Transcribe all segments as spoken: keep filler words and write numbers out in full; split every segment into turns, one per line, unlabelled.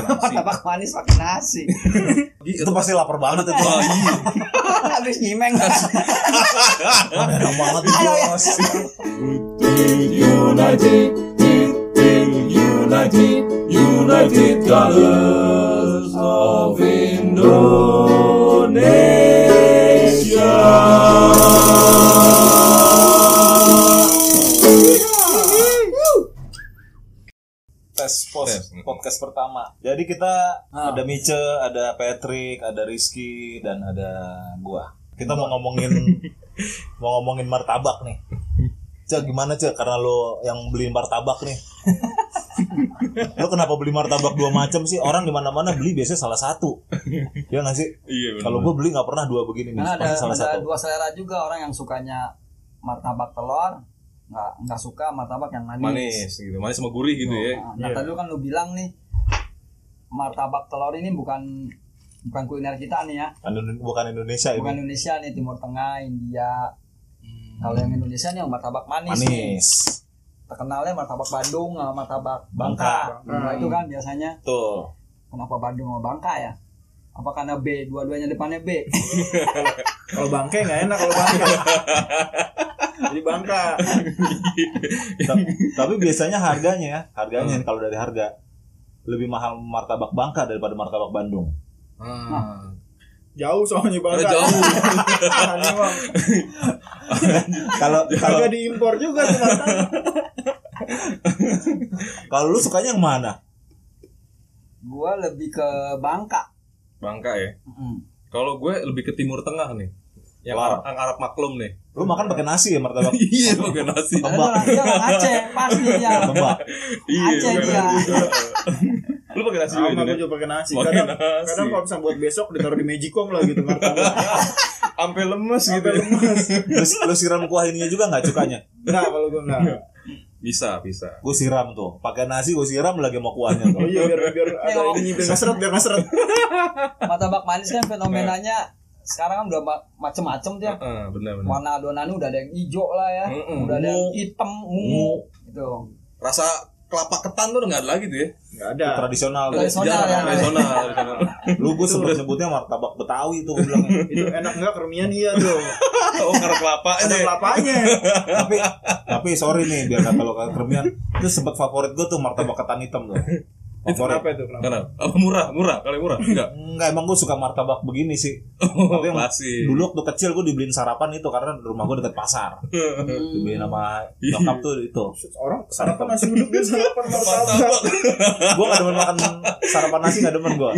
martabak manis pakai nasi.
Itu pasti lapar banget itu.
Oh, iya.
Habis nyimeng.
Enak banget bos.
United, United, United Colors of Indonesia.
Tes post podcast pertama. Jadi kita
Ah.
ada Mice, ada Patrick, ada Rizky, dan ada gua. Kita mau ngomongin mau ngomongin martabak nih. Cek gimana Cek? Karena lo yang beli martabak nih. Lo kenapa beli martabak dua macam sih? Orang di mana-mana beli biasanya salah satu. Ya nggak sih?
Iya.
Kalau gua beli nggak pernah dua begini nih.
Karena ada,
Pasti salah
ada
satu.
dua selera juga, orang yang sukanya martabak telur, nggak nggak suka martabak yang manis.
Manis gitu, manis sama gurih gitu ya.
Nah, nah tadi lu kan lu bilang nih martabak telur ini bukan bukan kuliner kita nih ya,
Bukan Indonesia
bukan
ini.
Indonesia nih, Timur Tengah, India. Kalau yang Indonesia nih yang martabak manis, nih.
Manis.
Terkenalnya martabak Bandung sama martabak
Bangka.
Bangka. Nah, itu kan biasanya.
Tuh.
Kenapa Bandung sama Bangka ya? Apa karena B, dua-duanya depannya B?
Kalau bangke nggak enak kalau bangke. Jadi Bangka.
Ta- Tapi biasanya harganya ya, harganya kalau dari harga lebih mahal martabak Bangka daripada martabak Bandung.
Hmm.
Jauh soalnya Bangka.
Ada jauh.
Aneh, Bang.
Kalau kalau
Agak diimpor juga tuh martabak.
kalau lu sukanya yang mana?
Gua lebih ke Bangka.
Bangka ya.
Mm.
Kalau gue lebih ke Timur Tengah nih. Yang
Wah.
Arab, yang Arab maklum nih.
Lu makan pakai nasi ya martabak?
Iya, pakai nasi.
Karena dia orang, dia orang Aceh, pasti dia.
Tebak.
Aceh
pakai
dia.
nasi juga. Lu pakai nasi
Sama
juga
gue
kan?
juga pakai nasi.
Pakai
Kadang,
nasi.
kadang kalau bisa buat besok ditaruh di Magicom lah gitu martabak.
Sampai lemes gitu.
Sampai lemas.
Lu, lu siram kuah ininya juga nggak cukanya?
Enggak kalau gue enggak.
Bisa, bisa.
Gue siram tuh, pakai nasi gue siram lagi mau kuahnya
Oh
tuh.
iya biar biar ada
ngomong-
ini biar nggak seret biar nggak seret.
Martabak manis kan fenomenanya sekarang kan udah ma- macem-macem tuh ya.
Heeh, benar-benar.
Warna adonannya udah ada yang hijau lah ya,
Mm-mm.
udah ada yang
Ungu.
hitam, ungu, gitu.
Rasa kelapa ketan tuh udah nggak ada lagi tuh ya.
Enggak ada.
Tradisional tuh.
Tradisional.
Jarang,
ya.
tradisional, tradisional.
Lu gue sebut sebutnya martabak Betawi tuh gue bilangnya.
Itu enak enggak kermian iya tuh.
Oh, karena kelapa
Ada
aja.
kelapanya.
tapi tapi sorry nih biar kata lo kermian itu sempat favorit gue tuh martabak ketan hitam tuh.
Itu
Favorit.
kenapa itu? Kenapa?
Karena apa murah, murah, kali murah. Enggak.
Enggak, emang gue suka martabak begini sih.
Oh,
Tapi yang
klasik.
dulu waktu kecil gue dibeliin sarapan itu karena rumah gue dekat pasar. Dibeliin sama nyokap tuh itu.
Orang sarapan nasi uduk dia sarapan martabak.
Martabak.
Gue gak demen makan sarapan nasi, gak demen gue.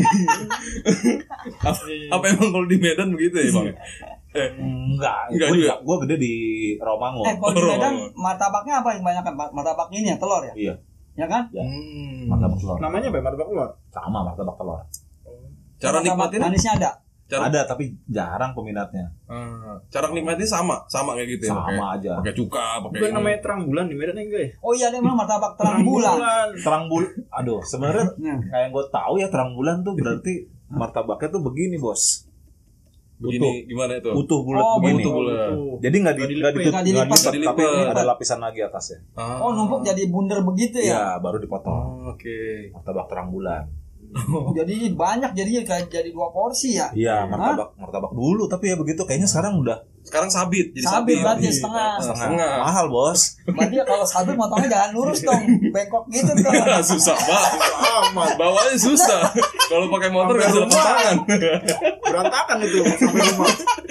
apa, apa emang kalau di Medan begitu ya, Bang? Eh,
Enggak,
Enggak
gue
juga.
gue gede di Rawamangun.
Eh kalau di
Oh.
Medan martabaknya apa yang banyak kan? Martabak ini ya, telur ya?
Iya,
Ya kan?
hmm.
martabak telur.
Namanya apa? Martabak telur.
Sama martabak telur.
Cara
Martabak
nikmatinnya
manisnya ada.
cara,
Ada tapi jarang peminatnya.
Ah, cara nikmatinnya sama, sama kayak gitu ya.
Sama
pakai-
aja.
Pakai cuka, pakai
Bukan
ini.
namanya terang bulan di Medan enggak ya?
Oh iya, dia memang martabak terang bulan.
Terang bulan. Aduh, sebenarnya
Nah,
kayak yang gue tahu ya terang bulan tuh berarti martabaknya tuh begini bos.
Begini gimana itu?
Utuh bulat
Oh,
begini.
utuh bulat.
Jadi nggak di,
Nggak
nggak
dilipet.
ditutup,
Nggak
nggak
dilipat.
dilipat, tapi
Dilipat.
ada lapisan lagi atasnya.
Ah.
oh numpuk jadi bundar begitu ya?
Iya, baru dipotong.
Oh, Oke.
Martabak terang bulan.
Jadi banyak, jadi kayak jadi dua porsi ya?
Iya, martabak martabak dulu tapi ya begitu. Kayaknya sekarang udah
Sekarang sabit, jadi
Sabit,
sabit.
berarti
Iya.
setengah.
Setengah.
mahal bos.
Berarti ya kalau sabit motongnya jangan lurus dong, bengkok gitu tuh.
Susah banget.
Amat.
Bawanya susah. Kalau pakai motor nggak bisa lepas tangan.
Berantakan itu sampai rumah.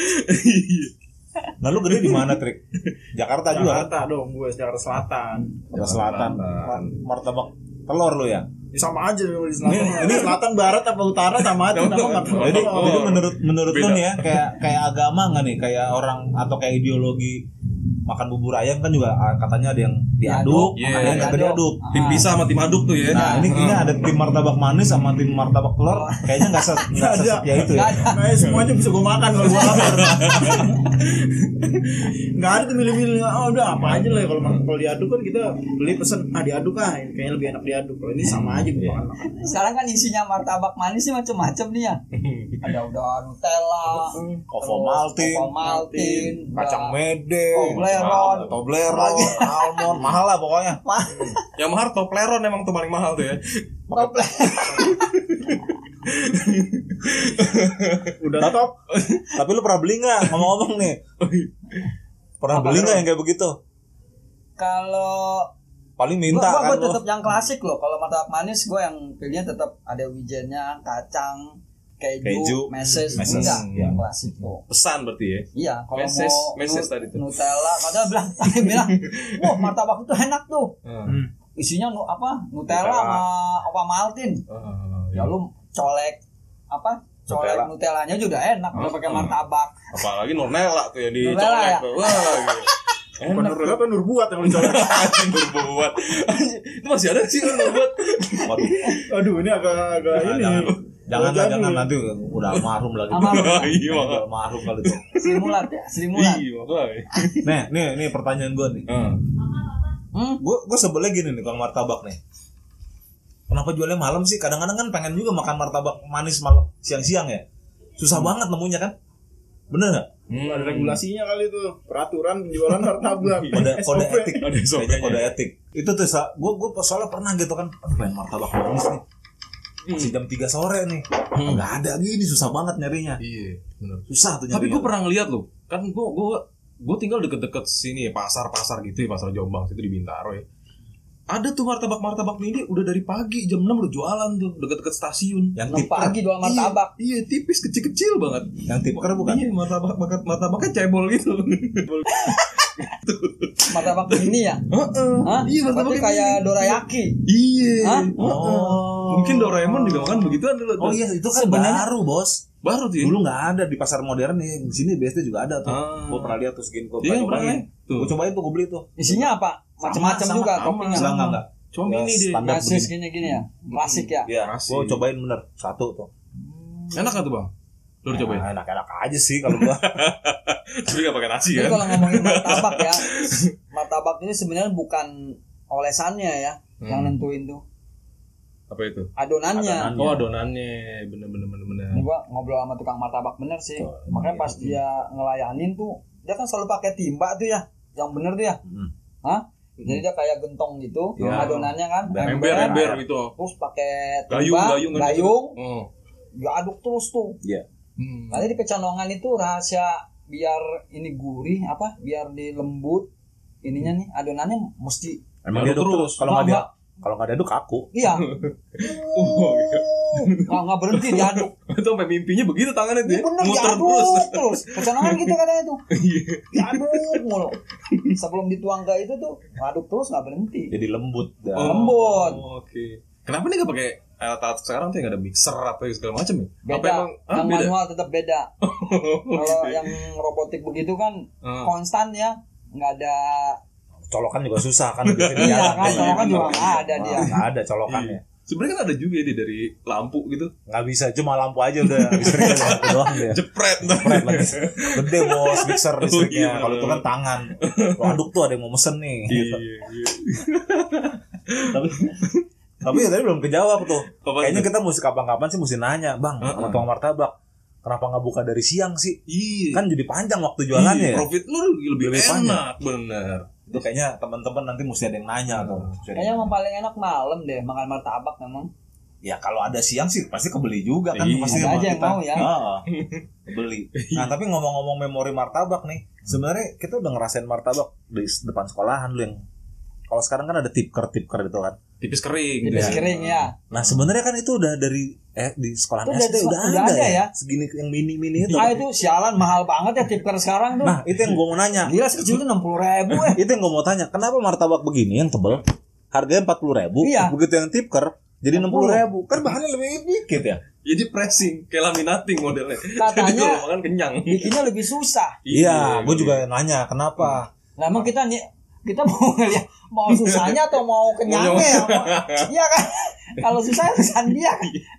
Nah lu gede di mana Trik? Jakarta juga.
Jakarta dong, gue Jakarta Selatan.
Jakarta Selatan. Ma- Martabak telur lu ya.
Ya, sama aja di selatan. Ini selatan barat apa utara sama aja nama martabak
Jadi,
telur.
jadi menurut menurut lu
Beda.
nih ya kayak kayak agama nggak nih kayak orang atau kayak ideologi makan bubur ayam kan juga ah, katanya ada yang diaduk,
Iya,
ada yang nggak diaduk.
Tim pisah sama tim aduk tuh ya.
Nah ini kayaknya ada tim martabak manis sama tim martabak telur, kayaknya nggak ses- nggak
Nggak ada.
sesetia itu ya.
Nggak ada.
Nah, ya, semuanya bisa gue makan kalau gue lapar. Nggak ada tuh milih-milih. Oh udah apa aja lah ya. Kalau kalau diaduk kan kita beli pesen ah diaduk ah ini kayaknya lebih enak diaduk. Kalau ini sama aja gue makan makan.
Sekarang kan isinya martabak manis sih macam-macam nih ya. Ada udah Nutella,
Ovomaltine,
Ovomaltine,
kacang
udah
mede,
Toblerone.
Toblerone, almond, mahal lah pokoknya.
Yang mahal Toblerone emang tuh paling mahal tuh ya.
Toblerone.
Udah top.
Tapi lu pernah beli nggak? Ngomong-ngomong nih. Pernah
Apa
beli nggak
bro?
yang kayak begitu?
Kalau
Paling minta
gua, gua,
kan
gua
lu.
tetap yang klasik loh. Kalau martabak manis gue yang pilihnya tetap ada wijennya, kacang, keju,
Keju,
meses,
meses,
enggak,
iya.
yang klasik tuh.
Pesan berarti ya.
Iya, kalau
Meses,
mau
meses
nu-
tadi tuh.
Nutella, kadang bilang, tadi bilang, wah martabak itu enak tuh.
Hmm.
Isinya nu, apa? Nutella,
Nutella.
sama apa Maltin.
Oh,
Ya lu colek apa? Colek
Nutella.
Nutellanya juga enak, udah pakai
Hmm.
martabak.
apalagi Nurnella tuh yang
Nurnella
dicolek
ya?
tuh. Wah, gitu.
Bukan
Enak.
Nur apa Nur buat yang dicolek.
Anjing berbuat. Anjing, itu masih ada sih kan berbuat.
Waduh.
Aduh, ini agak-agak
Jangan,
ini.
jangan, jangan, lah,
Jadul.
jangan nanti udah almarhum lagi.
Almarhum.
Iya,
Udah
makanya.
almarhum kali itu.
Sri Mulat ya, Sri Mulat.
Iya, makanya.
Nih, nih, nih pertanyaan gue nih.
Heeh.
Hmm?
Gue gue sebelnya gini nih kalau martabak nih. Kenapa jualnya malam sih? Kadang-kadang kan pengen juga makan martabak manis malam siang-siang ya. Susah banget nemunya kan? Bener nggak?
Ada regulasinya kali itu. Peraturan penjualan martabak.
Kode
S O
kode
P.
etik.
Ada S O P-nya.
Kode etik. Itu tuh sa, gue gue soalnya pernah gitu kan. Aduh, pengen martabak manis nih. Masih jam tiga sore nih. Nggak ada gini, susah banget nyarinya.
Iya, benar.
Susah tuh
Tapi
nyarinya.
gue pernah ngeliat loh, kan gue gue gue tinggal deket-deket sini ya, pasar-pasar gitu ya, pasar Jombang situ di Bintaro ya. Ada tuh martabak-martabak mini udah dari pagi jam enam udah jualan tuh deket-deket stasiun.
Yang
Enam
tipker,
pagi jual martabak.
Iya, iya, tipis kecil-kecil banget.
yang tipker bukan?
Iya, martabak martabak martabaknya cebol gitu.
Martabak ini ya?
Heeh.
Hah?
Iya, martabak
Berarti kayak dorayaki.
Iya.
Hah?
Oh. Mungkin Doraemon juga makan begituan dulu.
Oh iya, itu kan
Sebenarnya-
baru bos.
Baru tuh. Ya?
Dulu nggak ada di pasar modern nih. Di sini biasanya juga ada tuh.
Ah.
Gue pernah lihat tuh segini gue
Iya,
pernah
pernah,
cobain.
ya? Tuh.
Gue cobain tuh, gue beli tuh.
Isinya apa? Macam-macam
Sama,
juga
sama,
toppingnya.
Enggak, enggak, enggak.
Cuma
Ya,
mini deh.
standar
Nasi
begini.
gini-gini ya. Klasik ya.
Iya,
Nasi.
gue cobain bener satu tuh.
Enak gak tuh bang? Lu udah cobain?
Nah, enak-enak aja sih kalau gua.
Tapi gak pakai nasi
Jadi
kan?
kalau ngomongin martabak ya, martabak ini sebenarnya bukan olesannya ya yang
Hmm.
nentuin tuh
Apa itu?
adonannya.
Adonan.
Oh adonannya, bener bener bener bener.
Ini gua ngobrol sama tukang martabak bener sih.
Tuh,
Makanya
iya.
pas dia ngelayanin tuh, dia kan selalu pakai timba tuh ya, yang bener tuh ya.
Hmm.
Hah? Jadi dia kayak gentong gitu,
Iya.
adonannya kan,
Ember ember gitu.
terus pakai
Gayung
timba,
gayung kan
gayung,
gitu. Oh.
diaduk terus tuh.
Iya.
Hmm.
Nanti di pecenongan itu rahasia biar ini gurih apa? Biar di lembut ininya nih adonannya mesti
Emang
Diaduk
dia terus
terus.
kalau nggak dia
Nggak,
kalau nggak diaduk kaku.
iya.
Oh, iya.
Nggak nggak berhenti diaduk.
Itu sampai mimpinya begitu tangannya tuh
Iya
ya.
bener
Muter
diaduk
terus.
terus. Pecenongan gitu katanya tuh.
Iya.
Diaduk mulu. Sebelum dituang ke itu tuh aduk terus nggak berhenti.
Jadi lembut. dah.
Oh,
Lembut.
Oke. Kenapa nih gak pakai alat-alat sekarang tuh yang ada mixer apa segala macam ya? Apa
Beda.
emang? Ah,
Yang
beda.
manual tetap beda. Kalau
Gitu.
yang robotik begitu kan
Ah.
konstan ya, nggak ada.
Colokan juga susah kan di sini
Iya
jalan.
kan,
Iya,
colokan
iya.
juga nggak ada
Ah,
dia.
nggak ada colokannya.
Sebenarnya kan ada juga ya dia dari lampu gitu.
Nggak bisa, cuma lampu aja udah listriknya lampu doang dia.
Jepret ntar.
Jepret lagi. Gede bos mixer
Oh, iya,
listriknya.
bener.
Kalau itu kan tangan. Lo aduk tuh ada yang mau mesen nih.
Iya, iya.
Tapi tapi ya tadi belum kejawab tuh.
Apa
Kayaknya
itu?
kita mesti kapan-kapan sih mesti nanya, Bang,
Uh-uh.
sama tukang martabak. Kenapa nggak buka dari siang sih?
Iya.
Kan jadi panjang waktu jualannya
Iya,
ya.
profit lu lebih,
Lebih
enak, bener.
Itu kayaknya teman-teman nanti mesti ada yang nanya tuh. Mesti ada
Kayaknya
yang
emang paling enak malam deh makan martabak memang.
ya kalau ada siang sih pasti kebeli juga kan
Iya,
pasti
ada
sama
aja yang
kita.
mau ya.
Heeh. Kebeli. Nah, tapi ngomong-ngomong memori martabak nih, sebenarnya kita udah ngerasain martabak di depan sekolahan lu yang kalau sekarang kan ada tipker-tipker itu kan.
Tipis kering.
Tipis
gitu.
kering ya.
Nah, sebenarnya kan itu udah dari eh di sekolahan
Itu udah
S D
di-
udah,
udah
ada,
ada
ya.
ya.
Segini yang mini-mini itu.
Ah itu sialan mahal banget ya tipker sekarang tuh.
Nah, itu yang gua mau nanya.
Gila sekecil tuh enam puluh ribu eh.
Itu yang gua mau tanya, kenapa martabak begini yang tebel harganya empat puluh ribu,
Iya.
begitu yang tipker jadi enam puluh ribu. Kan bahannya lebih dikit ya.
Jadi pressing, kayak laminating modelnya.
Katanya-
Jadi kalau makan kenyang.
Bikinnya lebih susah.
Iya, gua juga nanya kenapa.
Nah, emang kita nih kita mau ngeliat mau susahnya atau mau kenyangnya ya? Mau- Iya kan? Kalau susah urusan dia.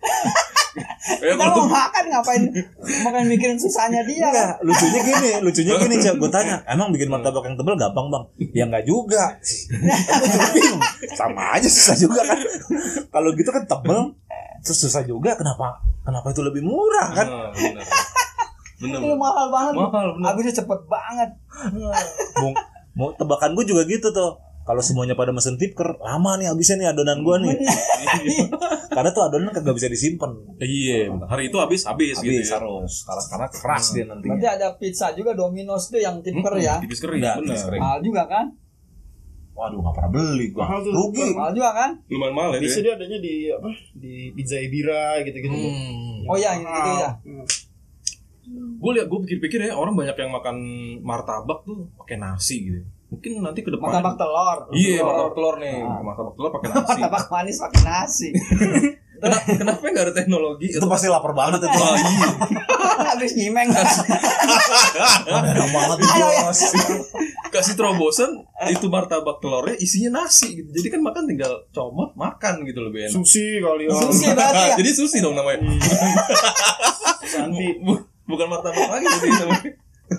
Eh,
Kita mau makan ngapain makan mikirin susahnya dia kan?
Enggak, lucunya gini, lucunya gini, Cak. Gue tanya, emang bikin martabak yang tebel gampang, Bang? Ya enggak juga. Aku juga bingung. Sama aja susah juga kan. Kalau gitu kan tebel, terus susah juga. Kenapa? Kenapa itu lebih murah kan?
Ah, bener. Bener.
Itu mahal banget.
Mahal, bener.
Habisnya cepet banget.
Mau, mau tebakan gue juga gitu tuh. Kalau semuanya pada mesen tipker, lama nih habisnya nih adonan gua nih. Karena tuh adonan kagak bisa disimpan.
Iya, hari itu habis habis gitu.
Habis
Ya.
harus. Karena karena keras dia nantinya.
Berarti ada pizza juga Domino's tuh yang tipker ya.
Tipis kering,
Ada,
bener.
tipis kering.
Mahal juga kan?
Waduh, nggak pernah beli gua.
Mahal tuh.
Rugi.
Mahal juga kan?
Lumayan mahal ya.
Bisa
dia.
dia adanya di apa? Di Pizza Ibira gitu-gitu.
Hmm.
Oh iya gitu ya.
Gue lihat, gue pikir-pikir ya orang banyak yang makan martabak tuh pakai nasi gitu. Mungkin nanti ke depan.
Martabak telur.
Iya,
Telur.
martabak telur nih. Martabak telur pakai nasi.
Martabak manis pakai nasi.
Kenapa, kenapa nggak ada teknologi?
Itu pasti lapar banget itu.
Oh, iya.
Habis nyimeng.
Enak banget itu. Bos.
Kasih terobosan itu martabak telurnya isinya nasi gitu. Jadi kan makan tinggal comot makan gitu lebih enak.
Sushi kali ya.
Sushi berarti ya.
Jadi sushi dong namanya.
Sandi.
Bu- bukan martabak lagi jadi namanya.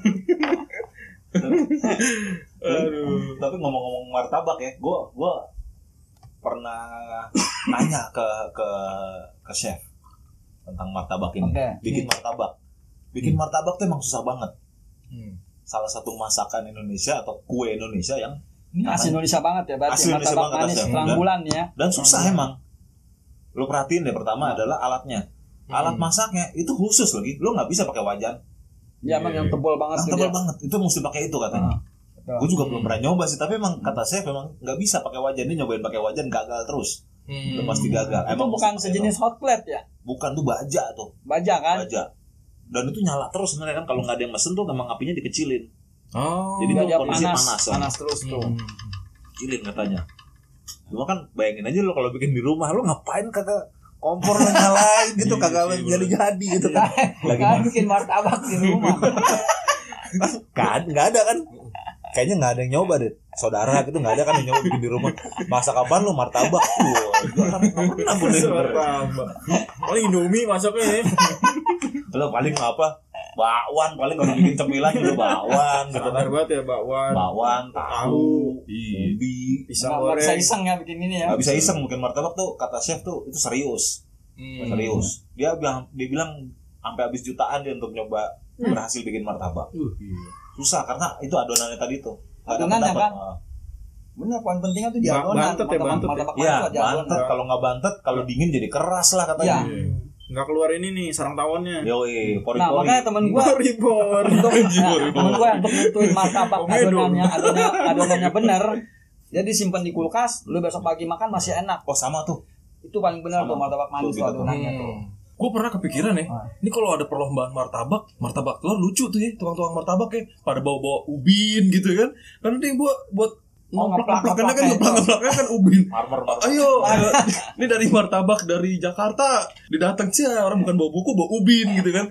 Aduh.
Tapi ngomong-ngomong martabak ya, gua gua pernah nanya ke ke ke chef tentang martabak ini.
Oke.
Bikin martabak. Bikin martabak tuh emang susah banget.
Hmm.
Salah satu masakan Indonesia atau kue Indonesia yang
Ini asli Indonesia banget ya berarti.
Asli Indonesia
Martabak
banget,
manis
asli.
teranggulan ya.
dan susah emang. Lo perhatiin deh, pertama adalah alatnya. Alat
Hmm.
masaknya itu khusus lagi. Lo nggak bisa pakai wajan.
Ya emang yang tebal banget
Yang
tuh
tebal
dia.
banget. Itu mesti pakai itu katanya.
Betul.
Gue juga belum pernah nyoba sih, tapi emang kata chef emang nggak bisa pakai wajan. Dia nyobain pakai wajan gagal terus.
Hmm.
Itu pasti gagal.
Itu
Emang
bukan
mesti pakai
sejenis hot plate ya?
itu. Bukan, tuh baja tuh.
Baja kan?
Baja. Dan itu nyala terus sebenarnya kan, kalau nggak ada yang mesen tuh memang apinya dikecilin.
Oh.
Jadi
Biar
tuh
dia
kondisi
panas,
panas,
panas,
ya.
terus tuh.
Hmm.
Kecilin katanya. Cuma kan bayangin aja lo kalau bikin di rumah, lo ngapain kagak kompor lo nyalain gitu, kagak jadi-jadi gitu kan. Lagi
Kan
masak.
bikin martabak di rumah.
Kan nggak ada kan, kayaknya nggak ada yang nyoba deh, saudara gitu nggak ada kan yang nyoba bikin di rumah. Masak apaan lo, martabak? Wah, gue kan nggak pernah gue denger.
Martabak. Paling Indomie masaknya ya.
Lo paling apa, bakwan, paling kalau bikin cemilan juga bakwan gitu kan.
Standar banget ya bakwan.
Bakwan, tahu,
Iya.
ubi.
Pisang
Nggak nggak bisa
goreng.
iseng ya bikin ini ya.
Nggak bisa iseng bikin martabak tuh, kata chef tuh itu serius,
Hmm.
serius. Dia bilang, dia bilang sampai habis jutaan dia untuk nyoba berhasil bikin martabak.
Uh, iya.
Susah karena itu adonannya tadi tuh. Nggak ada
Adonannya
pendapat.
kan? Bener, poin pentingnya tuh di
Ba-
adonan.
bantet ya, bantet ya.
Martabak
Iya,
manis tuh di adonan.
bantet. Kalau nggak bantet, kalau dingin jadi keras lah katanya.
Iya.
Nggak keluar ini nih sarang tawonnya.
Yoi,
Nah
pori-pori.
makanya temen gua
Ribor.
untuk nah, temen gua untuk nentuin martabak adonannya adonannya adonannya bener, jadi simpen di kulkas, lu besok pagi makan masih enak.
Oh sama tuh.
Itu paling bener
Sama.
tuh martabak manis
Tuh,
tuh
gitu.
adonannya tuh.
Gue pernah kepikiran ya,
Ah.
ini kalau ada perlombaan martabak, martabak telur lucu tuh ya, tukang-tukang martabak ya, pada bawa-bawa ubin gitu kan, karena dia buat buat
Oh,
ngeplak-ngeplakannya kan,
ngeplak-ngeplak
ngeplak-ngeplaknya kan ubin.
Marmer, marmer.
Ayo, ayo. Ini dari martabak dari Jakarta, didatang sih orang bukan bawa buku, bawa ubin gitu kan.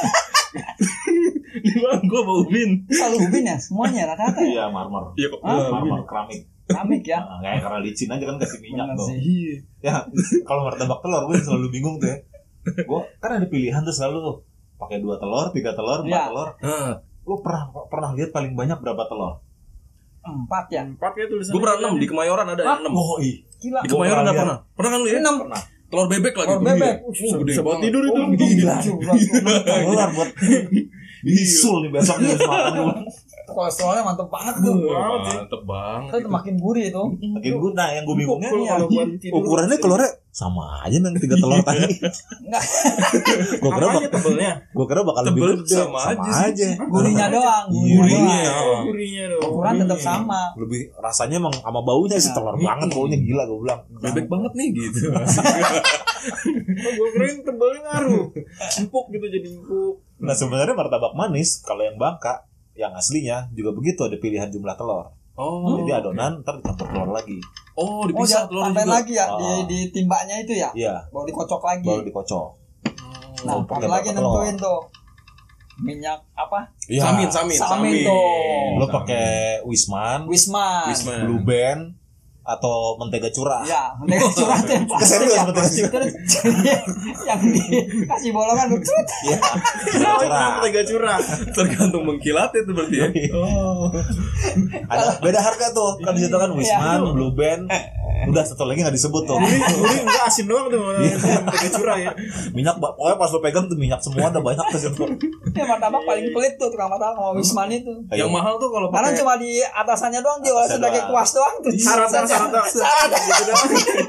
Di bang gue bawa ubin.
Selalu ubin ya semuanya rata-rata ya.
Iya, marmer.
Iya kok.
Hah?
Nah, ubin.
Marmer keramik.
Keramik ya.
Nah, kayak karena licin aja kan kasih minyak
Bener
tuh.
sih.
Iya.
Ya, kalau martabak telur gue selalu bingung tuh ya. Gue kan ada pilihan tuh selalu tuh. Pakai dua telur, tiga telur, empat
Iya.
telur.
Nah,
Lu pernah pernah lihat paling banyak berapa telur?
Empat ya.
Empat ya tulisannya.
gue pernah enam di Kemayoran ada
Hah?
enam.
Oh, ih.
Gila.
Di Kemayoran
Gua
nggak
pernah
pernah. Pernah kan lu ya?
Enam.
Pernah.
Telur bebek lagi.
Telur
gede.
bebek.
Uh,
Bisa,
gede
bisa buat
banget.
tidur itu.
Oh,
Gila.
gila.
Telur buat bisul nih besok nih harus makan dulu.
Kolesterolnya mantep banget tuh.
Wah, mantep banget.
Itu makin gurih itu.
Makin gue, nah yang gue bingungnya
Kalau kalau buat tidur.
ukurannya telurnya sama aja yang tiga telur tadi.
Enggak,
Gue kira
Apanya
bakal,
tebelnya?
gue kira bakal lebih
Tebel
gede.
sama aja sih.
aja.
gurihnya doang.
Iya,
Gurihnya.
doang.
Gurihnya dong.
Ukuran tetap sama.
Lebih rasanya emang sama baunya sih telur banget, baunya gila gue bilang.
Bebek banget nih gitu.
Oh, gue keren tebelnya ngaruh. Empuk gitu jadi empuk.
Nah sebenarnya martabak manis kalau yang Bangka yang aslinya juga begitu, ada pilihan jumlah telur.
Oh.
Jadi adonan ntar dicampur telur lagi.
Oh,
Oh,
dipisah
dia
telur
tambahin
juga.
lagi ya di
Ah.
di timbaknya itu ya.
Iya,
Baru dikocok lagi.
baru dikocok.
Nah,
Oh, pakai
apalagi
berapa telur?
nentuin tuh minyak apa?
Iya.
Samin, samin,
Samin tuh.
Lo pakai Wisman,
Wisman.
Wisman.
Blue Band, atau mentega curah.
Ya, mentega curah tuh yang plastik
Serius,
ya.
mentega curah.
Terus yang dikasih bolongan bercerut.
Iya. Mentega curah.
Mentega curah.
Tergantung mengkilatnya itu berarti ya. Oh.
Ada beda harga tuh. Kan di situ kan Wisman,
Iya.
Blue Band, Udah satu lagi nggak disebut tuh.
Gurih, gurih enggak asin doang tuh. Yang pakai curah ya.
Minyak, pokoknya pas lo pegang tuh minyak semua udah banyak tuh.
Ya martabak paling pelit tuh tukang martabak sama Wisman itu.
Yang mahal tuh kalau
Karena
pakai
cuma di atasannya doang dia
Atasnya
sebagai
doang.
kuas doang tuh.
Syarat-syarat syarat
Syarat.
gitu doang.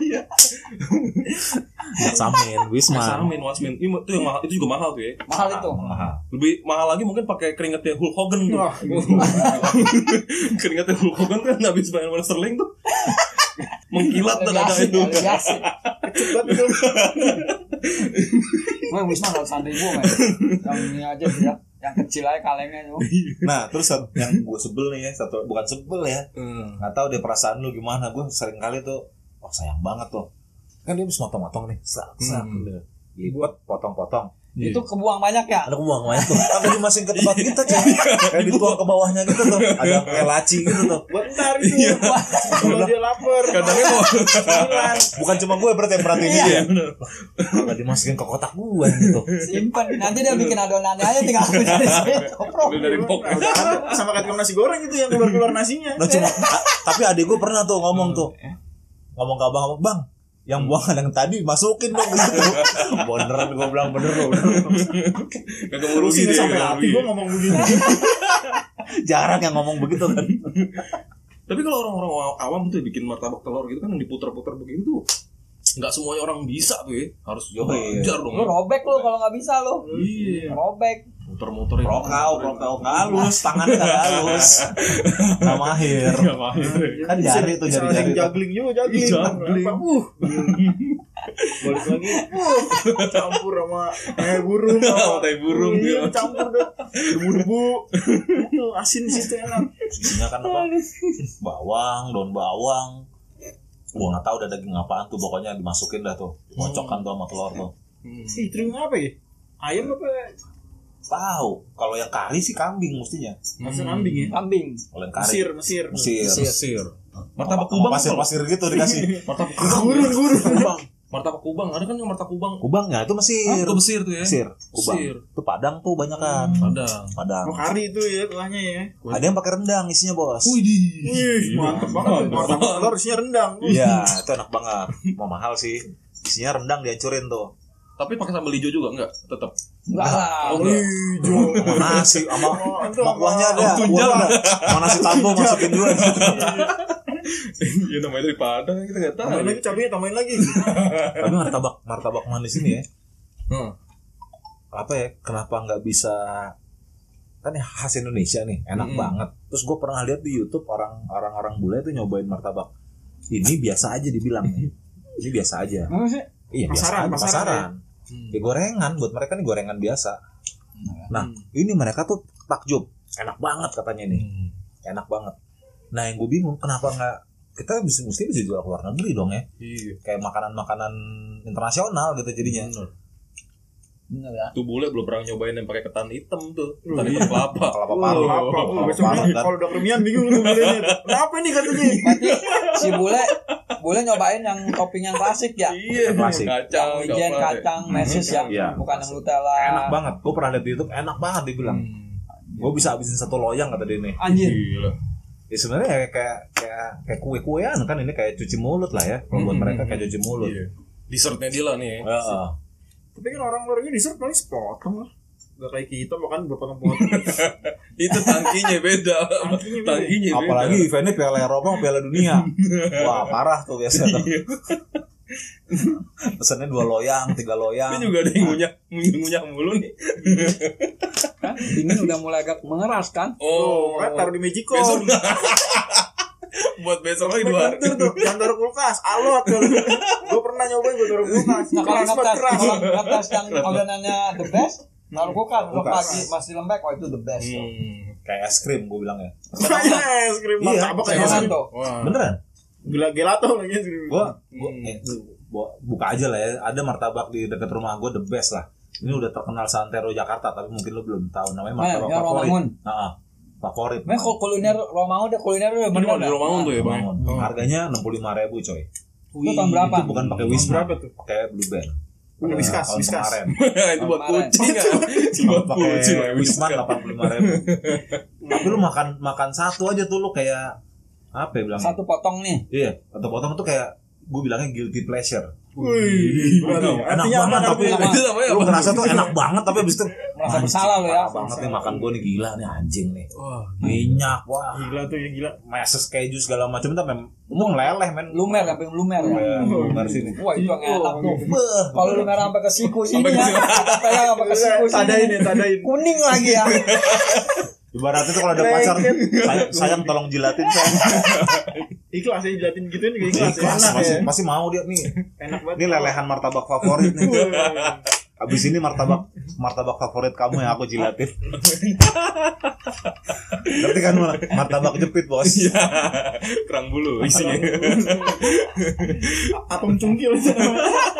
Samin, Wisman.
Samin, Wasmin. Itu yang mahal, itu juga mahal tuh ya.
Mahal itu.
Mahal.
Lebih mahal lagi mungkin pakai keringatnya Hulk Hogan tuh.
Wah,
Keringatnya Hulk Hogan kan habis main Wrestling tuh. Mengkilat dan ada
Biasa,
itu.
biasa.
cepat tuh.
Gue Wisman kalau seandainya gue men. Yang ini aja dia, yang kecil aja kalengnya tuh.
Nah terus yang gue sebel nih ya, satu bukan sebel ya,
Hmm.
nggak tahu deh perasaan lu gimana. Gue sering kali tuh, wah sayang banget tuh, kan dia bisa motong-motong nih, sak sak,
Hmm.
udah lipat, potong-potong,
Itu kebuang banyak ya.
ada kebuang banyak tuh, kan dimasukin ke tempat kita cuy, kayak dituang ke bawahnya gitu tuh, ada kayak laci gitu tuh.
Buat ntar itu. Kalau dia lapar.
Kadangnya mau
Cemilan.
Bukan cuma gue berarti yang perhatiin
Iya.
dia, nggak dimasukin ke kotak gue gitu.
Simpen. Nanti dia bikin adonannya aja tinggal ambil dari situ.
ambil dari box.
Nah, udah ada. Sama kayak tukang nasi goreng itu yang keluar-keluar nasinya.
Nah cuma, a- tapi adik gue pernah tuh ngomong tuh, ngomong ke abang, bang, yang buangan yang tadi masukin dong gitu. Beneran gue bilang bener loh.
Kagak mau rugi
Pusing
deh.
sampai
kagak
hati
rugi.
gue ngomong begini.
Jarang yang ngomong begitu kan.
Tapi kalau orang-orang awam tuh bikin martabak telur gitu kan yang diputer-puter begitu tuh nggak semuanya orang bisa tuh ya. Harus
Yo, iya.
belajar dong.
Lu robek lu kalau nggak bisa lu.
Iya.
Robek.
Muter-muter ya.
Prokau, prokau nggak halus, tangannya nggak halus, nggak mahir.
Nggak mahir.
Kan jari tuh
Saling
jari-jari. tuh.
juggling juga juggling.
Juggling.
Apa, Uh. Balik lagi. Uh. Campur sama eh burung.
Sama tai burung,
Iya,
ya.
campur deh. Debu-debu. Itu asin di situ enak.
Isinya kan apa? Bawang, daun bawang. Gua nggak tahu ada daging apaan tuh, pokoknya dimasukin dah tuh, kocokkan tuh sama telur tuh.
Ih, terima apa ya? Ayam apa?
Tahu, kalau yang kari sih kambing mestinya.
Maksudnya kambing ya?
Kambing.
Kalau yang kari
Mesir, Mesir.
Mesir.
Mesir. Martabak kubang tuh.
pasir-pasir gitu dikasih.
Martabak kubang.
Gurun, gurun.
Kubang. Martabak kubang. Ada kan yang martabak kubang.
Kubangnya itu Mesir.
Itu Mesir tuh ya.
Mesir, kubang.
Mesir.
Itu Padang tuh banyak kan.
Padang.
Padang.
Oh, kari itu ya kuahnya ya.
Ada yang pakai rendang isinya, Bos.
Widih.
Ih, mantep banget. Martabak telur isinya rendang.
Iya, itu enak banget. Mau mahal sih. Isinya rendang dihancurin tuh.
Tapi pakai sambal hijau juga enggak? Tetap.
Enggak lah.
Oh, enggak.
Hijau.
Sama nasi, sama
Oh, itu
sama
sama-
kuahnya ada.
sama tunjang.
Kuah ada. Sama nasi tambo masukin dua.
Ya namanya dari Padang kita enggak tahu.
Tambahin lagi cabenya, tambahin lagi.
Tapi martabak martabak manis ini ya.
Hmm.
Apa ya? Kenapa nggak bisa, kan ya khas Indonesia nih, enak
Mm-mm.
banget. Terus gue pernah lihat di YouTube orang orang-orang bule tuh nyobain martabak. Ini biasa aja dibilang nih. Ini biasa aja.
Mana sih?
Iya, biasa
Pasaran,
aja,
pasaran
pasaran.
Hmm.
Ya gorengan, buat mereka nih gorengan biasa. Nah, ini mereka tuh takjub. Enak banget katanya nih.
Hmm.
Enak banget. Nah, yang gue bingung kenapa nggak kita bisa mesti bisa jual ke luar negeri dong ya.
Iya.
Kayak makanan-makanan internasional gitu jadinya.
Bener.
Bener ya.
Tuh bule belum pernah nyobain yang pakai ketan hitam tuh.
Oh,
Ketan
iya.
hitam kelapa.
Kelapa
Oh,
parut,
apa? Oh,
kelapa
besok
parut
nih,
kan.
kalau udah kermian bingung tuh bulenya. Kenapa nih katanya?
Berarti si bule bule nyobain yang topping yang klasik ya.
Iya.
Klasik.
Kacang.
Yang wijen,
coklat,
kacang,
ya.
mesis ya.
Iya.
Bukan yang Nutella.
Enak banget. Gue pernah lihat di YouTube, enak banget dibilang.
Hmm.
Gue bisa habisin satu loyang kata dia nih.
Anjir.
Gila.
Ya sebenarnya kayak kayak kayak, kayak kue-kuean kan, ini kayak cuci mulut lah ya. Kalau buat
Hmm.
mereka kayak cuci mulut.
Iya. Dessertnya dia lah nih.
Heeh.
Tapi kan orang luar negeri dessert paling sepotong lah. Gak kayak kita makan berpotong-potong.
Itu tangkinya beda.
Tangkinya beda.
Tangkinya beda.
Apalagi eventnya Piala Eropa sama Piala Dunia. Wah, parah tuh biasanya.
Iya.
Pesannya dua loyang, tiga
Ini
loyang.
juga ada yang ngunyah ngunyah mulu nih.
Kan dingin udah mulai agak mengeras kan.
Oh, kan taruh di Magicom.
Besok buat besok lagi dua hari.
Bener tuh, jangan taruh kulkas, alot. Gue pernah nyobain gue taruh kulkas.
Nah kalau
Keras banget,
ngetes
keras.
kalau ngetes yang adonannya the best, taruh kulkas, kalau
Kulkas.
pagi masih lembek, oh itu the best tuh.
Hmm.
Kayak es krim gue bilang ya.
Kayaknya es krim
Iya,
martabak
Saya
kayak es
makan
krim.
tuh.
Wah.
Beneran?
Gila gelato lagi es krim.
Gua gua
Hmm.
eh, gua buka aja lah ya. Ada martabak di dekat rumah gue the best lah. Ini udah terkenal santero Jakarta, tapi mungkin lo belum tahu namanya martabak
yang
favorit.
Romangun.
Heeh. Favorit.
Nah, kalau kuliner Romangun deh kuliner udah
Ini
bener.
mau di Romangun tuh ya, Bang.
Romangun.
Oh.
Harganya enam puluh lima ribu coy.
Itu tahun berapa?
Itu bukan pakai Wisma,
Berapa tuh?
pakai Blue Band.
Pakai Whiskas,
Tahun
Whiskas.
kemarin.
Itu buat
Kemarin.
kucing ya. Itu buat
Pakai
kucing.
Wisman delapan puluh lima ribu. Tapi lu makan makan satu aja tuh lu kayak apa ya bilangnya?
Satu potong nih.
Iya, satu potong tuh kayak gue bilangnya guilty pleasure.
Wih,
Enak
artinya apa?
banget tapi
Artinya apa?
Itu namanya
lu
apa?
ngerasa tuh enak banget tapi abis itu
Merasa bersalah lo ya.
parah banget nih makan gue nih gila nih anjing nih.
Wah,
Minyak wah.
Gila tuh ya gila.
Meses keju segala macam tapi mau meleleh men.
Lumer sampai lumer ya.
Kayak lumer sini.
Wah, itu yang enak tuh.
Beuh.
Kalau lumer sampai ke siku sini
Sampai ke
ya.
siku.
Kita pegang sampai ke siku sini.
Tadain ya, tadain.
Kuning lagi ya.
Ibaratnya tuh kalau ada pacar sayang, sayang tolong jilatin sayang.
Ikhlas ya jilatin gituin juga ikhlas.
Ikhlas,
Enak
pasti,
ya.
pasti mau dia nih.
Enak banget.
Ini lelehan martabak favorit nih. Abis ini martabak martabak favorit kamu yang aku jilatin. Ngerti kan martabak jepit bos?
iya. Kerang bulu isinya.
Apem cungkil itu namanya.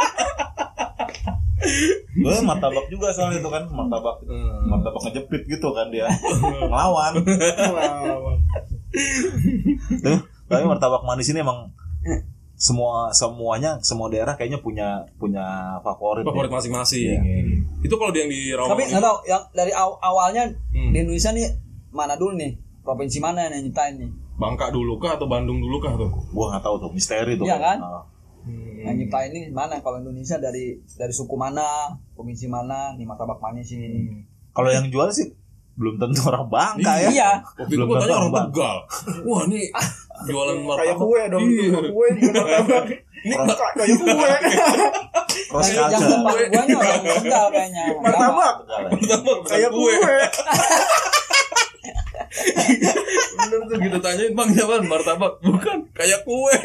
Gue martabak juga soalnya itu kan martabak martabak ngejepit gitu kan dia ngelawan.
Wow.
Tuh, tapi martabak manis ini emang semua semuanya semua daerah kayaknya punya punya favorit.
Favorit
ya.
masing-masing.
Iya.
Itu kalau yang di Rawamangun.
Tapi nggak tahu yang dari aw- awalnya
Hmm.
di Indonesia nih mana dulu nih? Provinsi mana yang nyiptain nih?
Bangka dulu kah atau Bandung dulu kah tuh?
Gua nggak tahu tuh misteri tuh.
Iya kan?
Nah,
Yang nyiptain ini mana? Kalau Indonesia dari dari suku mana? Provinsi mana? Nih martabak manis ini.
kalau yang jual sih belum tentu orang Bangka ya.
Iya.
Waktu itu
Belum
gue
tentu
tanya orang
Bangka.
Tegal. Wah nih jualan
Kayak
martabak.
kue dong,
Iya.
kue juga martabak. Ini kayak kue.
Cross
Yang, yang
culture.
tempat gua nih orang Tegal kayaknya.
Martabak
Tegal ya.
Martabak bukan
kayak kue.
Bener tuh gitu tanyain bang ya bang martabak bukan kayak kue.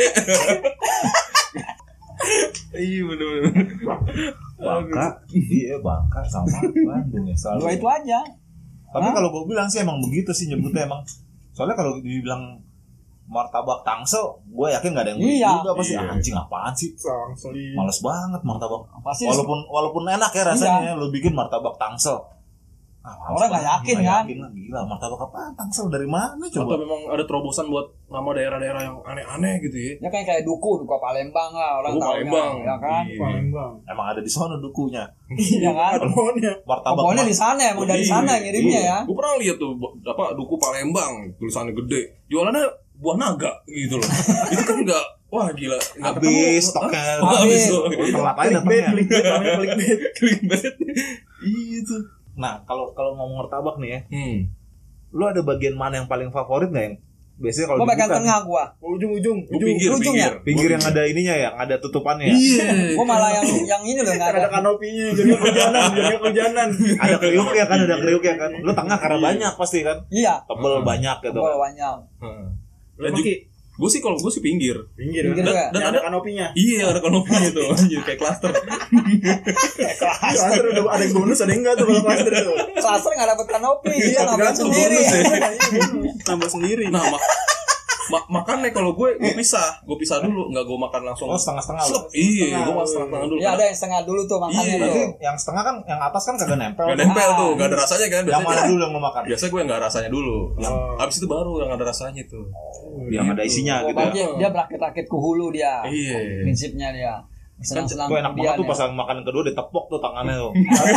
Iya bener-bener.
Bangka, iya Bangka sama Bandung ya selalu.
Dua itu aja.
Tapi
Hah?
kalau gue bilang sih emang begitu sih nyebutnya emang. Soalnya kalau dibilang martabak Tangsel, gue yakin gak ada yang beli
Iya.
juga pasti
Iya.
anjing apaan sih?
Sangseli.
Males banget martabak.
Pasti
Walaupun walaupun enak ya rasanya, lu bikin martabak Tangsel. Ah, males
Orang nggak
banget,
yakin,
nggak
kan?
yakin lah, gila martabak apaan Tangsel dari mana
Atau
coba?
memang ada terobosan buat nama daerah-daerah yang aneh-aneh gitu ya.
ya kan kayak duku, duku Palembang lah orang
Duku
tahu
Palembang.
ya kan.
Iya.
Palembang.
Emang ada di sana dukunya.
Iya kan.
Pokoknya.
Martabak
Pokoknya
ma-
di sana emang dari sana ngirimnya ya.
Gue pernah lihat tuh bu- apa duku Palembang tulisannya gede. Jualannya buah naga gitu loh. Itu kan enggak wah gila enggak
habis stoknya.
Wah, habis tuh.
Telat aja
Clickbait,
datangnya.
clickbait, namanya clickbait.
Clickbait. Iya tuh.
Nah, kalau kalau ngomong martabak nih ya,
Hmm.
lu ada bagian mana yang paling favorit nggak yang biasanya kalau
Gua bagian
dibuka
tengah gua.
Ujung-ujung,
Gua
ujung.
pinggir,
ujung
pinggir.
ya?
pinggir
Gua
yang ada ininya ya, yang ada tutupannya ya.
Iya.
Gua malah yang yang ini loh enggak
Ada
ada.
kanopinya, jadi kehujanan, jadi kehujanan.
Ada kriuknya kan, ada kriuknya kan. Lu tengah karena banyak pasti kan.
Iya.
Tebel banyak gitu.
Gua
kan.
banyak.
Heeh.
Lu
Dan
Maki,
gue sih kalau gue sih pinggir.
pinggir.
Pinggir
kan?
juga.
Dan
Yang
ada
ada kanopinya.
Iya ada kanopinya tuh, anjir kayak klaster.
Cluster udah ada yang bonus, ada yang enggak tuh kalau cluster tuh.
Cluster enggak dapat kanopi, dia ngambil
tergantung
sendiri.
bonus ya.
Tambah sendiri.
Nah, mak ma- makannya kalau gue gue pisah, gue pisah dulu, nggak gue makan langsung.
Oh, setengah-setengah lu.
Slep. Iya,
Setengah.
gue makan setengah dulu.
Iya ada yang setengah dulu tuh makannya
Iya.
tuh.
Berarti yang setengah kan, yang atas kan kagak nempel.
Gak
tuh.
nempel
Ah.
tuh, gak ada rasanya kan.
Yang
Biasanya,
mana dulu yang lu makan?
biasa gue nggak rasanya dulu.
Oh.
Habis itu baru yang ada rasanya tuh.
Yang ada isinya
Oh,
gitu ya.
berarti dia berakit-rakit ke hulu dia.
Iya.
Prinsipnya dia. Senang-senang
Gue enak banget tuh
dia.
pas makan yang kedua ditepok tuh tangannya tuh.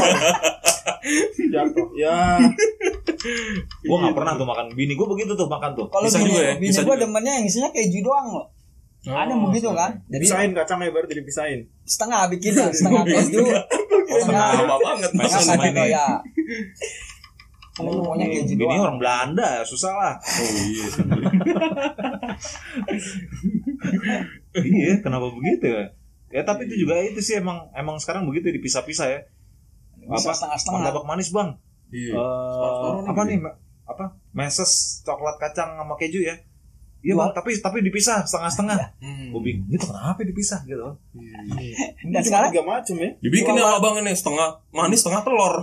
Jatuh. Ya.
Gue nggak pernah tuh makan. Bini gue begitu tuh makan tuh.
Kalau
Bisa
bini,
juga ya,
bini
bisa
gua
juga.
demennya yang isinya keju doang loh. Ada yang begitu kan? Jadi
Pisahin kacangnya baru dipisahin.
setengah bikinnya, setengah keju, setengah
Lama banget
setengah
Masa sama
pakai
ini.
ya. Kalau maunya keju
Bini
doang.
orang Belanda, susah lah.
Oh iya sih.
Iya, kenapa begitu ya? Ya tapi itu juga itu sih emang emang sekarang begitu dipisah-pisah ya.
Bisa setengah-setengah.
Martabak manis bang.
Iya.
Eh,
Separuh-separuh
apa
nih.
nih? me- Apa? Meses coklat kacang sama keju ya? Iya bang, tapi tapi dipisah setengah-setengah.
Hmm.
Gue bingung, itu kenapa dipisah gitu?
Dan sekarang
tiga macam ya.
Dibikin ya abang ini setengah manis setengah telur.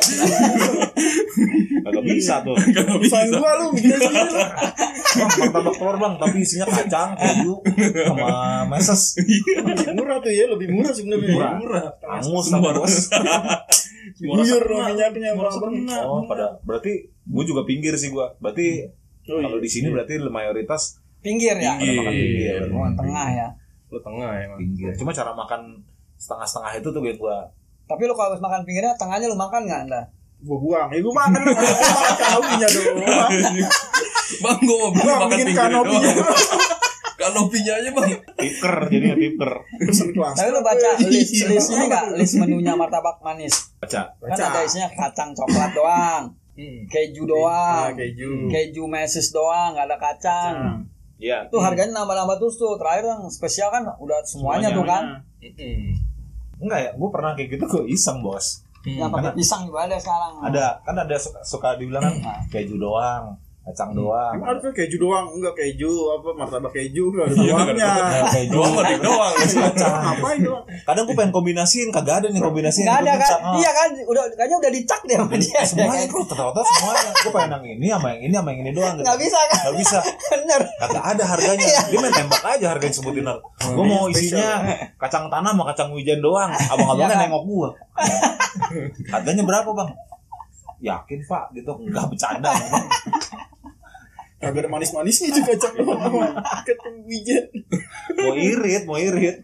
Agak bisa tuh.
Gak bisa.
Pisahin gua lu bikin sendiri lu.
Bang, martabak telur bang, tapi isinya kacang, keju, sama meses.
Lebih murah tuh ya, lebih murah sebenarnya.
Murah.
Murah.
Angus
Semua
sama bos.
Guyur loh minyaknya berapa?
Oh, pada berarti gue juga pinggir sih gue. Berarti
Oh,
kalau
iya.
di sini berarti mayoritas
pinggir ya.
Pinggir.
makan pinggir.
Oh, tengah ya.
Lu tengah emang.
Pinggir. Cuma cara makan setengah-setengah itu tuh gue gua
Tapi lu kalau habis makan pinggirnya, tengahnya lu makan nggak anda?
Gua buang. Ya gua makan. Gua makan kanopinya doang.
Bang, gue mau beli
Gua
makan
bikin
pinggir
kanopinya.
doang. Kanopinya aja bang.
Tiker jadinya tiker.
Pesen kelas.
Tapi lu baca list listnya nggak, list menunya martabak manis.
Baca.
Kan ada isinya kacang coklat doang, keju doang,
Ah, keju.
keju meses doang, nggak ada kacang.
Iya.
Itu harganya nambah-nambah terus tuh. Terakhir yang spesial kan udah semuanya, tuh kan.
Enggak ya, gue pernah kayak gitu gue iseng bos.
Yang pakai pisang juga ada sekarang.
Ada kan ada suka, suka dibilang kan keju doang, kacang doang.
Emang ada keju doang? Enggak keju apa martabak keju enggak ada doangnya.
Nah, keju
Doang mah dia doang.
Apa itu?
Kadang gue pengen kombinasiin, kagak ada nih kombinasiin.
Nggak ada
Gua
kan?
bisa, ah.
Iya kan? Udah kayaknya udah dicak deh sama dia.
Semuanya bro, ternyata semuanya. Gue pengen yang ini sama yang ini sama yang ini doang gitu.
Nggak bisa kan?
Nggak bisa.
Bener.
Kagak ada harganya. Dia main tembak aja harganya sebutin. Gue mau isinya kacang tanah sama kacang wijen doang. Abang-abangnya
Iya kan?
nengok gue. Harganya berapa bang? Yakin pak gitu. Enggak bercanda.
Kagak ada manis-manisnya juga kacang doang. Kacang wijen.
Mau irit, mau irit.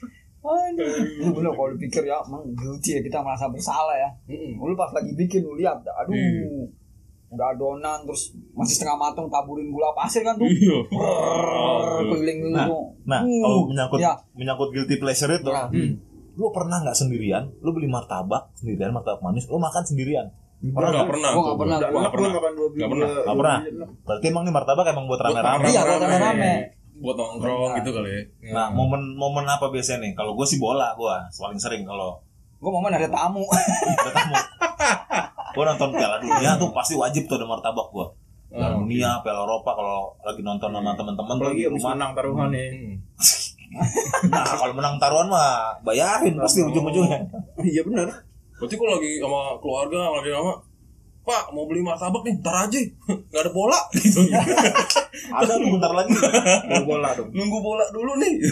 Aduh, bener kalau dipikir ya, emang guilty ya, kita merasa bersalah ya. Lu pas lagi bikin lu lihat, aduh, udah adonan terus masih setengah matang taburin gula pasir kan tuh.
Iya.
Brrrr, keliling
Nah,
tuh.
nah
Uh,
kalau menyangkut
ya.
menyangkut guilty pleasure itu,
Ya.
lu pernah nggak sendirian? Lu beli martabak sendirian, martabak manis, lu makan sendirian? Pernah
Nggak
nggak?
pernah.
Gua nggak pernah.
Udah
Gua
enak
nggak
gua
pernah.
makan dua biji.
Nggak pernah.
dua-
Nggak
dua
pernah.
biji enak.
Berarti emang nih martabak emang buat rame-rame.
Iya, buat rame-rame.
Buat nongkrong gitu kali ya.
Nah, momen-momen apa biasanya nih? Kalau gue sih bola, gue paling sering kalau
Gua momen ada tamu.
ada tamu. Gue nonton Piala Dunia tuh pasti wajib tuh ada martabak gue. Piala Dunia, Piala Eropa kalau lagi nonton sama teman-teman tuh
Apalagi
di
habis
rumah.
menang taruhan nih.
Nah, kalau menang taruhan mah bayarin pasti ujung-ujungnya.
Iya benar.
Berarti kalau lagi sama keluarga, lagi sama Pak mau beli martabak nih, ntar aja, nggak ada bola gitu.
Ada tuh bentar lagi.
Bola bola dong.
Nunggu bola dulu nih.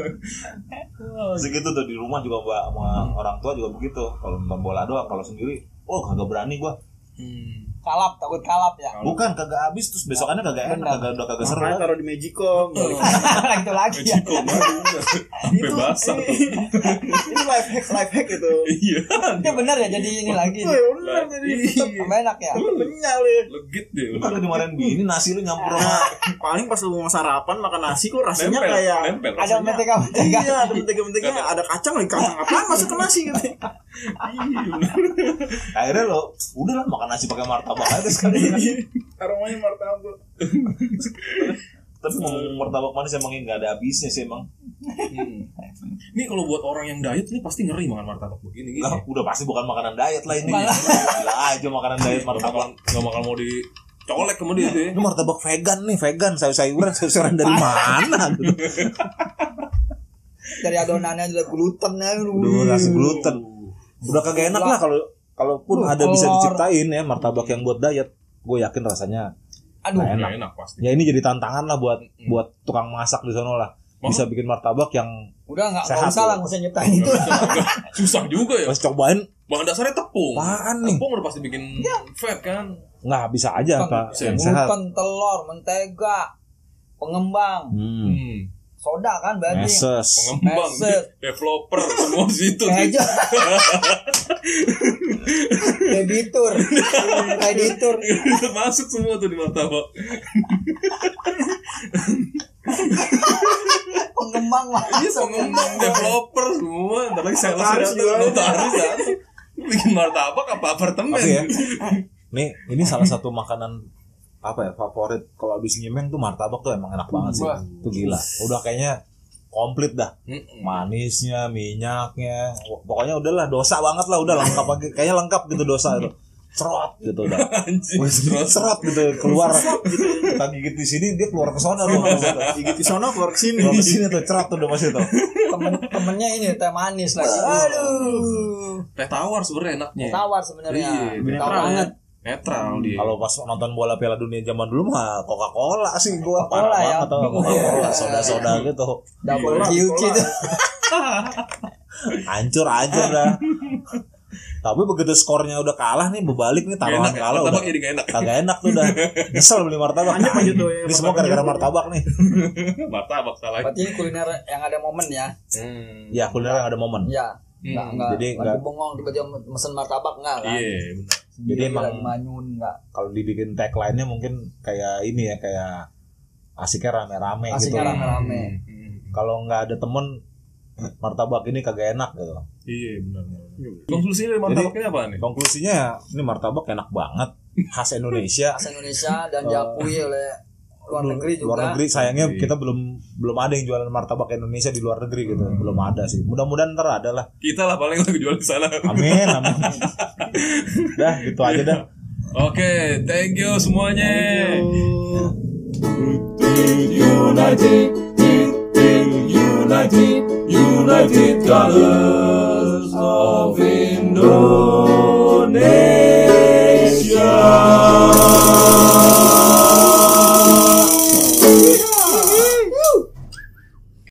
Segitu tuh di rumah juga mbak sama orang tua juga begitu. Kalau nonton bola doang, kalau sendiri, oh kagak berani gue.
Kalap, takut kalap ya.
Bukan kagak habis terus besokannya kagak enak,
Benar.
kagak udah kagak seru.
Makanya taruh di Magicom.
Itu lagi ya.
Ciko sampai basah.
Ini life hack, life hack itu.
Iya.
Itu benar ya, jadi ini lagi.
Oh, ya benar jadi.
Tambah enak ya.
Kenyal ya.
Legit deh.
Kalau dimarahin bini nasi lu nyampur sama
Nah, paling pas lu mau sarapan makan nasi kok rasanya
Nempel,
kayak
nempel.
Ada mentega-mentega.
iya, ada mentega-menteganya, ada kacang lagi, kacang apaan masuk ke nasi gitu.
akhirnya lo udahlah makan nasi pakai martabak aja sekali.
Aromanya martabak.
Tapi ngomong martabak manis emang nggak ada habisnya sih emang.
Ini kalau buat orang yang diet nih pasti ngeri makan martabak begini.
Lah, udah pasti bukan makanan diet lah ini.
Malah.
Gila aja makanan diet
Nggak bakal
martabak.
nggak bakal mau dicolek sama dia tuh.
Ini martabak vegan nih, vegan sayur-sayuran, sayur-sayuran dari mana? Gitu.
Dari adonannya ada gluten ya.
Udah ngasih gluten. Udah kagak enak lah kalau kalaupun
Uh,
ada bisa
telur.
diciptain ya martabak yang buat diet. Gue yakin rasanya
Aduh,
nggak
Enak,
enak.
enak pasti.
Ya ini jadi tantangan lah buat buat tukang masak di sana lah. Bisa bikin martabak yang
udah nggak
Sehat,
nggak usah
tuh.
lah, nggak usah nyiptain itu.
Susah juga ya.
harus cobain.
Bahan dasarnya tepung.
Apaan nih?
Tepung udah pasti bikin fat kan.
Nggak bisa aja apa
bisa.
yang sehat.
Gluten, telur, mentega, pengembang,
Hmm.
Hmm.
soda kan berarti.
Meses.
Pengembang,
Meset.
developer semua di situ.
Keju. Kreditur. Kreditur.
Masuk semua tuh di martabak.
Pengembang
Iya,
masuk.
pengembang, developer semua. Ntar lagi sales
Notaris juga.
notaris datang. Bikin martabak apa apartemen?
Tapi ya, nih ini salah satu makanan apa ya favorit kalau habis nyemeng tuh martabak tuh emang enak banget sih.
Wah.
Itu gila. Udah kayaknya komplit dah.
Mm-mm.
Manisnya, minyaknya, pokoknya udahlah dosa banget lah, udah lengkap lagi. Kayaknya lengkap gitu dosa itu. Cerot gitu udah.
Anjing.
Wih, cerot gitu keluar. Kita gigit di sini dia keluar ke sana tuh.
Gigit di sono keluar ke sini.
Keluar ke sini tuh cerot tuh udah pasti tuh.
Temen-temennya ini teh manis lagi. Aduh.
Teh tawar sebenarnya enaknya.
Tawar sebenarnya.
Iya,
Tawar
netral ya.
banget.
Netral dia.
Kalau pas nonton bola Piala Dunia zaman dulu mah Coca-Cola sih gua
Coca-Cola
parah
ya.
banget tuh Coca-Cola,
Iya.
soda-soda gitu.
Double
Cola,
Q
Cola.
itu.
Hancur hancur dah. Tapi begitu skornya udah kalah nih berbalik nih
Gak
taruhan
enak ya,
kalah udah
martabak jadi gak enak.
kagak enak tuh udah. Nyesel beli martabak.
Lanjut, lanjut tuh ya,
Ini semua gara-gara martabak nih.
Martabak salah.
Berarti ini kuliner yang ada momen ya.
Hmm.
Ya kuliner yang ada momen.
Iya. Enggak,
Hmm.
enggak.
Jadi
Lagi
enggak-
bengong tiba-tiba mesen martabak enggak kan?
Iya, benar.
Sendiri
Jadi emang-
lagi manyun enggak.
Kalau dibikin tagline-nya mungkin kayak ini ya kayak asiknya rame-rame gitu.
Asiknya rame-rame.
Kalau nggak ada temen, martabak ini kagak enak gitu.
Iya benar. Konklusinya dari martabak ini apa nih?
Konklusinya ya, ini martabak enak banget, khas Indonesia.
Khas Indonesia dan diakui oleh luar negeri juga.
Luar negeri sayangnya kita belum belum ada yang jualan martabak Indonesia di luar negeri gitu. Hmm. Belum ada sih. Mudah-mudahan ntar ada lah.
Kita lah paling lagi jual di sana.
Amin, amin. Dah, gitu aja dah.
Oke, okay, thank you semuanya.
United, United, United Colors of Indonesia.